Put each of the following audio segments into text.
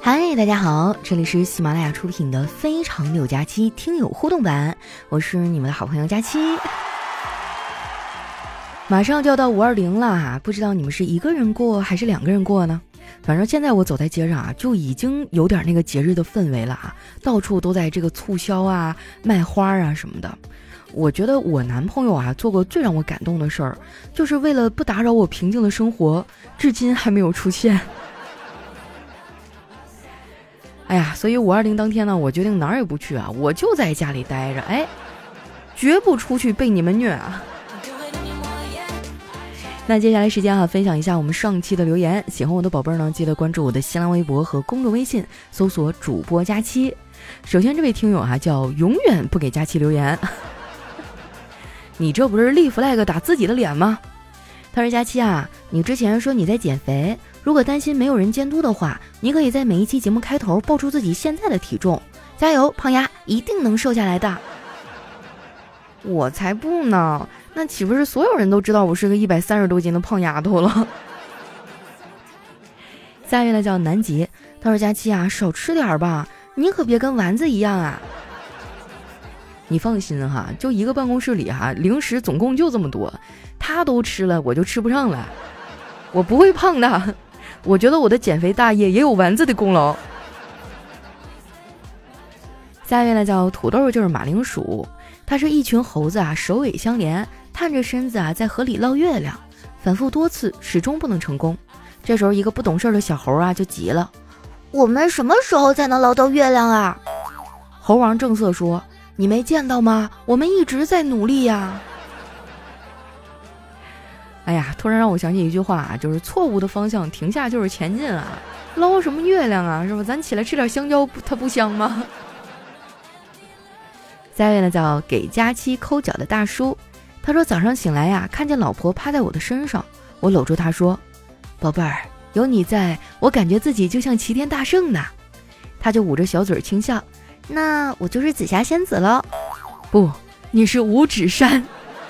嗨，大家好，这里是喜马拉雅出品的非常六加七听友互动版，我是你们的好朋友佳期。马上就要到520了啊，不知道你们是一个人过还是两个人过呢？反正现在我走在街上啊，就已经有点那个节日的氛围了啊，到处都在这个促销啊、卖花啊什么的。我觉得我男朋友啊做过最让我感动的事儿，就是为了不打扰我平静的生活，至今还没有出现。哎呀，所以520当天呢，我决定哪儿也不去啊，我就在家里待着，绝不出去被你们虐啊。那接下来时间分享一下我们上期的留言，喜欢我的宝贝儿呢，记得关注我的新浪微博和公众微信，搜索主播佳期。首先这位听友叫永远不给佳期留言，你这不是立 flag 打自己的脸吗？他说佳期啊，你之前说你在减肥，如果担心没有人监督的话，你可以在每一期节目开头报出自己现在的体重，加油胖丫，一定能瘦下来的。我才不呢，那岂不是所有人都知道我是个130多斤的胖丫头了？下一位呢叫南极，他说佳期啊，少吃点吧，你可别跟丸子一样啊。你放心哈，就一个办公室里零食总共就这么多，他都吃了，我就吃不上了。我不会胖的，我觉得我的减肥大业也有丸子的功劳。下一位呢叫土豆，就是马铃薯，它是一群猴子首尾相连，探着身子在河里捞月亮，反复多次始终不能成功。这时候一个不懂事的小猴就急了， 我们什么时候才能捞到月亮啊？ 猴王正色说，你没见到吗？我们一直在努力呀。哎呀，突然让我想起一句话就是错误的方向停下就是前进啊，捞什么月亮啊，是吧？咱起来吃点香蕉，它不香吗？下一位呢叫给佳期抠脚的大叔，他说早上醒来看见老婆趴在我的身上，我搂住他说，宝贝儿，有你在，我感觉自己就像齐天大圣呢。他就捂着小嘴轻笑，那我就是紫霞仙子了。不，你是五指山。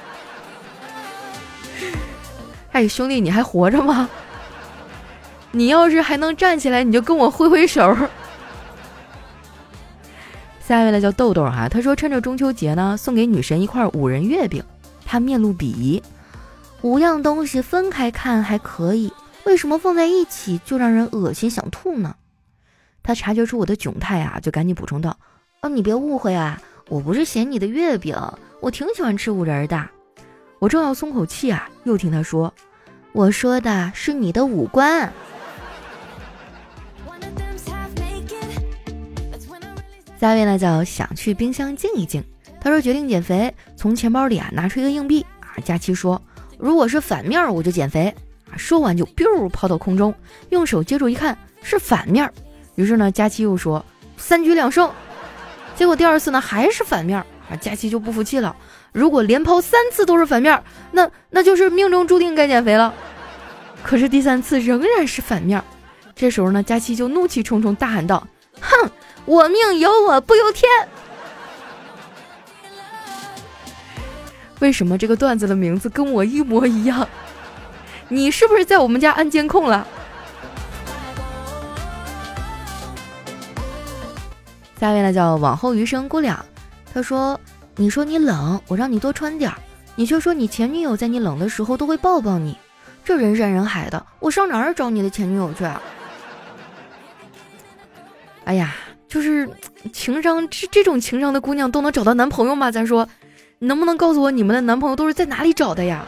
兄弟，你还活着吗？你要是还能站起来，你就跟我挥挥手。下一位呢叫豆豆他说趁着中秋节呢，送给女神一块5仁月饼，他面露鄙夷，5样东西分开看还可以，为什么放在一起就让人恶心想吐呢？他察觉出我的窘态就赶紧补充道，你别误会我不是嫌你的月饼，我挺喜欢吃5仁的。我正要松口气又听他说，我说的是你的五官。下一位呢叫想去冰箱静一静，他说决定减肥，从钱包里拿出一个硬币佳期说，如果是反面我就减肥说完就 biu 抛到空中，用手接住一看是反面，于是呢佳期又说3局2胜，结果第二次呢还是反面佳期就不服气了，如果连抛3次都是反面，那就是命中注定该减肥了。可是第3次仍然是反面，这时候呢佳期就怒气冲冲大喊道，哼，我命由我不由天。为什么这个段子的名字跟我一模一样？你是不是在我们家安监控了？下一位呢叫往后余生姑娘，他说，你说你冷，我让你多穿点，你却说你前女友在你冷的时候都会抱抱你，这人山人海的，我上哪儿找你的前女友去啊？哎呀，就是情商这种情商的姑娘都能找到男朋友吗？咱说，你能不能告诉我你们的男朋友都是在哪里找的呀？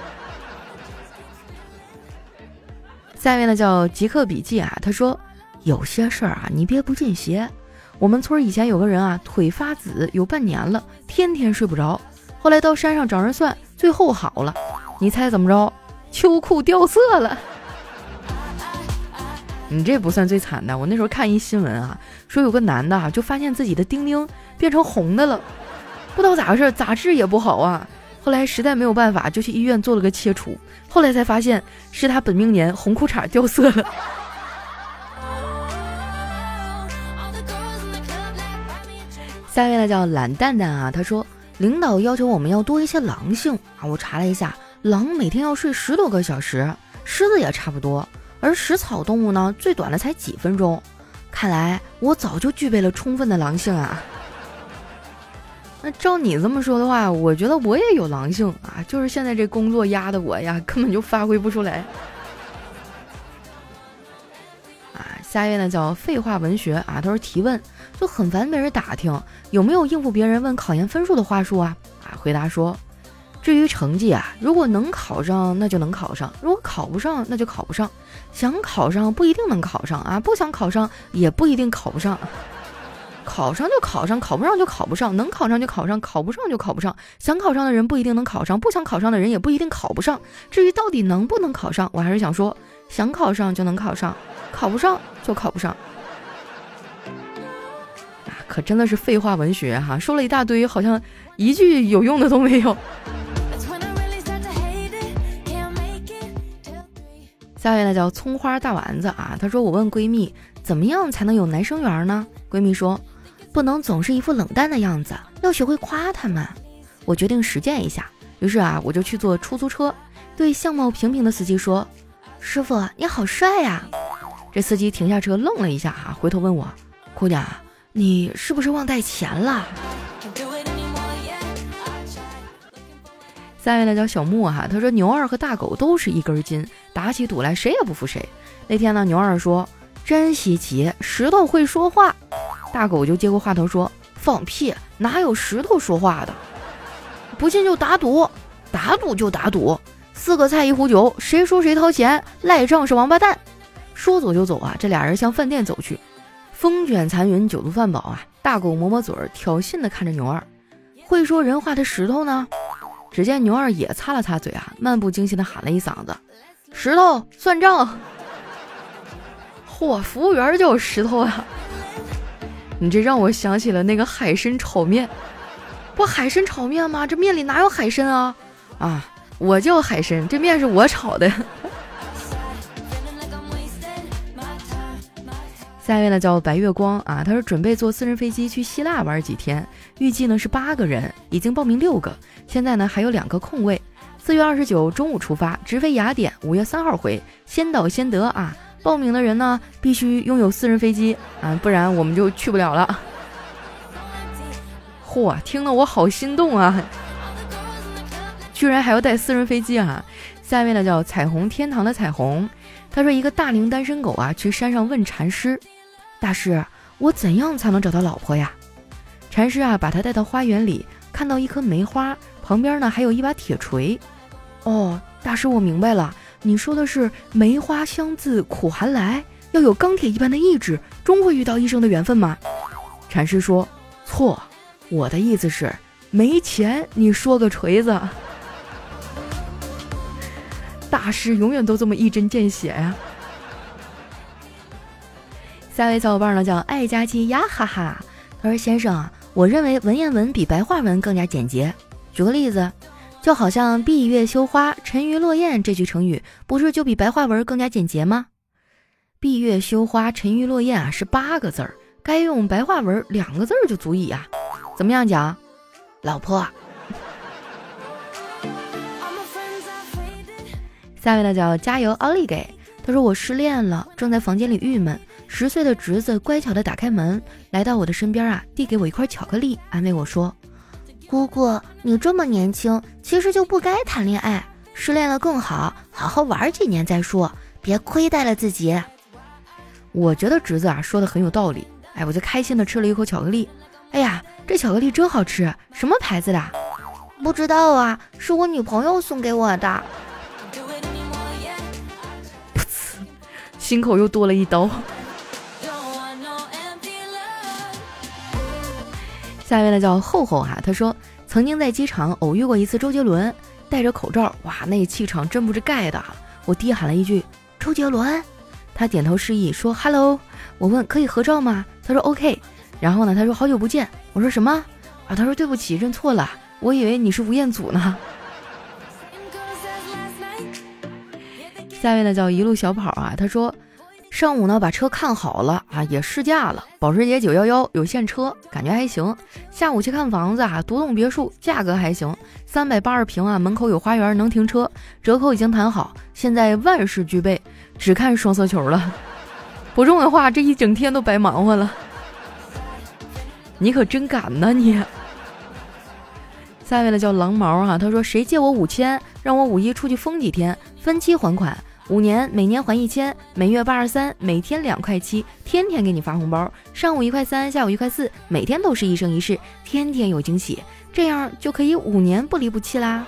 下一位呢叫极客笔记他说，有些事儿你别不信邪。我们村以前有个人腿发紫有半年了，天天睡不着，后来到山上找人算，最后好了，你猜怎么着？秋裤掉色了。你这不算最惨的，我那时候看一新闻说有个男的就发现自己的丁丁变成红的了，不知道咋回事，杂志也不好后来实在没有办法，就去医院做了个切除，后来才发现是他本命年红裤衩掉色了。下一位呢叫懒蛋蛋他说，领导要求我们要多一些狼性我查了一下，狼每天要睡10多个小时，狮子也差不多，而食草动物呢最短的才几分钟， 看来我早就具备了充分的狼性啊。那照你这么说的话，我觉得我也有狼性啊，就是现在这工作压得我呀，根本就发挥不出来。下一位呢叫废话文学啊，他说提问就很烦被人打听有没有应付别人问考研分数的话术啊。回答说，至于成绩啊，如果能考上那就能考上，如果考不上那就考不上，想考上不一定能考上啊，不想考上也不一定考不上，考上就考上，考不上就考不上，能考上就考上，考不上就考不上，想考上的人不一定能考上，不想考上的人也不一定考不上。至于到底能不能考上，我还是想说，想考上就能考上，考不上就考不上。可真的是废话文学哈，说了一大堆，好像一句有用的都没有。下一位呢叫葱花大丸子啊，她说我问闺蜜怎么样才能有男生缘呢？闺蜜说不能总是一副冷淡的样子，要学会夸他们。我决定实践一下，于是我就去坐出租车，对相貌平平的司机说，师傅你好帅呀。这司机停下车愣了一下回头问我，姑娘你是不是忘带钱了？下一位呢叫小木他说牛二和大狗都是一根筋，打起赌来谁也不服谁。那天呢牛二说真稀奇，石头会说话。大狗就接过话头说，放屁，哪有石头说话的？不信就打赌，打赌就打赌，4个菜1壶酒，谁输谁掏钱，赖账是王八蛋。说走就走这俩人向饭店走去。风卷残云，酒足饭饱大狗抹抹嘴儿，挑衅地看着牛二，会说人话的石头呢？只见牛二也擦了擦嘴漫不经心地喊了一嗓子，石头算账。嚯，服务员叫石头你这让我想起了那个海参炒面。不海参炒面吗？这面里哪有海参啊？我叫海参，这面是我炒的。下一位呢叫白月光他说准备坐私人飞机去希腊玩几天，预计呢是8个人，已经报名6个，现在呢还有2个空位。4月29中午出发，直飞雅典，5月3号回，先到先得报名的人呢必须拥有私人飞机不然我们就去不了了。嚯，听得我好心动居然还要带私人飞机下一位呢叫彩虹天堂的彩虹，他说一个大龄单身狗去山上问禅师，大师我怎样才能找到老婆呀？禅师把他带到花园里，看到一棵梅花，旁边呢还有一把铁锤。哦，大师我明白了，你说的是梅花香自苦寒来，要有钢铁一般的意志，终会遇到一生的缘分吗？禅师说错，我的意思是没钱你说个锤子。大师永远都这么一针见血呀。下一位小伙伴呢叫爱佳期呀哈哈，他说先生我认为文言文比白话文更加简洁。举个例子，就好像闭月羞花沉鱼落雁这句成语不是就比白话文更加简洁吗？闭月羞花沉鱼落雁是8个字儿，该用白话文2个字就足以怎么样讲？老婆。下面呢叫加油奥利给，他说我失恋了，正在房间里郁闷，10岁的侄子乖巧地打开门来到我的身边递给我一块巧克力，安慰我说， 姑姑你这么年轻其实就不该谈恋爱，失恋了更好，好好玩几年再说，别亏待了自己。 我觉得侄子说的很有道理，我就开心地吃了一口巧克力。哎呀，这巧克力真好吃，什么牌子的？ 不知道是我女朋友送给我的。 心口又多了一刀。下一位呢叫厚厚他说曾经在机场偶遇过一次周杰伦，戴着口罩，哇，那气场真不是盖的。我低喊了一句周杰伦，他点头示意说 Hello， 我问可以合照吗？他说 OK， 然后呢他说好久不见，我说什么他说对不起认错了，我以为你是吴彦祖呢。下一位呢叫一路小跑他说上午呢把车看好了也试驾了，保时捷911有现车，感觉还行。下午去看房子独栋别墅，价格还行，380平门口有花园能停车，折扣已经谈好，现在万事俱备，只看双色球了。 不中的话，这一整天都白忙活了。你可真敢呐你！下一位呢叫狼毛哈，他说谁借我5000，让我5一出去疯几天，分期还款，5年，每年还1000，每月83，每天2块7，天天给你发红包，上午1块3，下午1块4，每天都是一生一世，天天有惊喜，这样就可以5年不离不弃啦。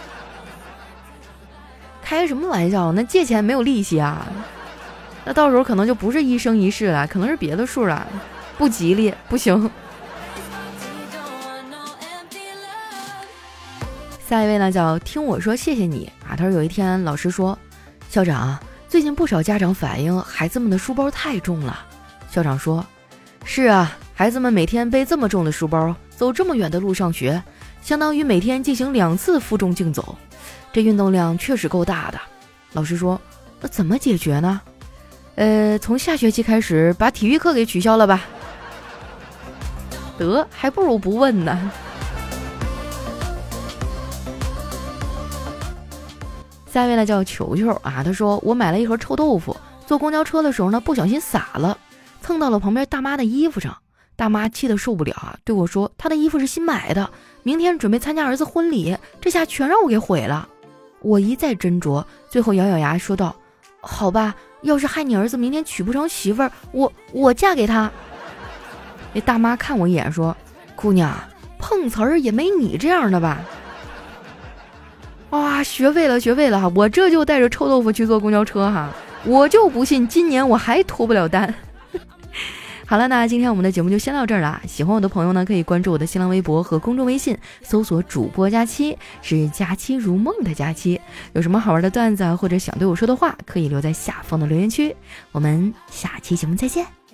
开什么玩笑？那借钱没有利息啊？那到时候可能就不是一生一世了，可能是别的数了，不吉利，不行。下一位呢叫听我说谢谢你啊，他说有一天老师说，校长，最近不少家长反映孩子们的书包太重了。校长说，是啊，孩子们每天背这么重的书包，走这么远的路上学，相当于每天进行2次负重竞走，这运动量确实够大的。老师说，怎么解决呢？从下学期开始把体育课给取消了吧。得，还不如不问呢。下一位呢叫球球啊，他说我买了一盒臭豆腐，坐公交车的时候呢不小心洒了，蹭到了旁边大妈的衣服上，大妈气得受不了啊，对我说她的衣服是新买的，明天准备参加儿子婚礼，这下全让我给毁了。我一再斟酌，最后咬咬牙说道，好吧，要是害你儿子明天娶不成媳妇儿，我嫁给他。那大妈看我一眼说，姑娘，碰瓷儿也没你这样的吧。哇，学会了哈！我这就带着臭豆腐去坐公交车哈，我就不信今年我还脱不了单。好了，那今天我们的节目就先到这儿了。喜欢我的朋友呢，可以关注我的新浪微博和公众微信，搜索主播佳期，是佳期如梦的佳期。有什么好玩的段子或者想对我说的话，可以留在下方的留言区。我们下期节目再见。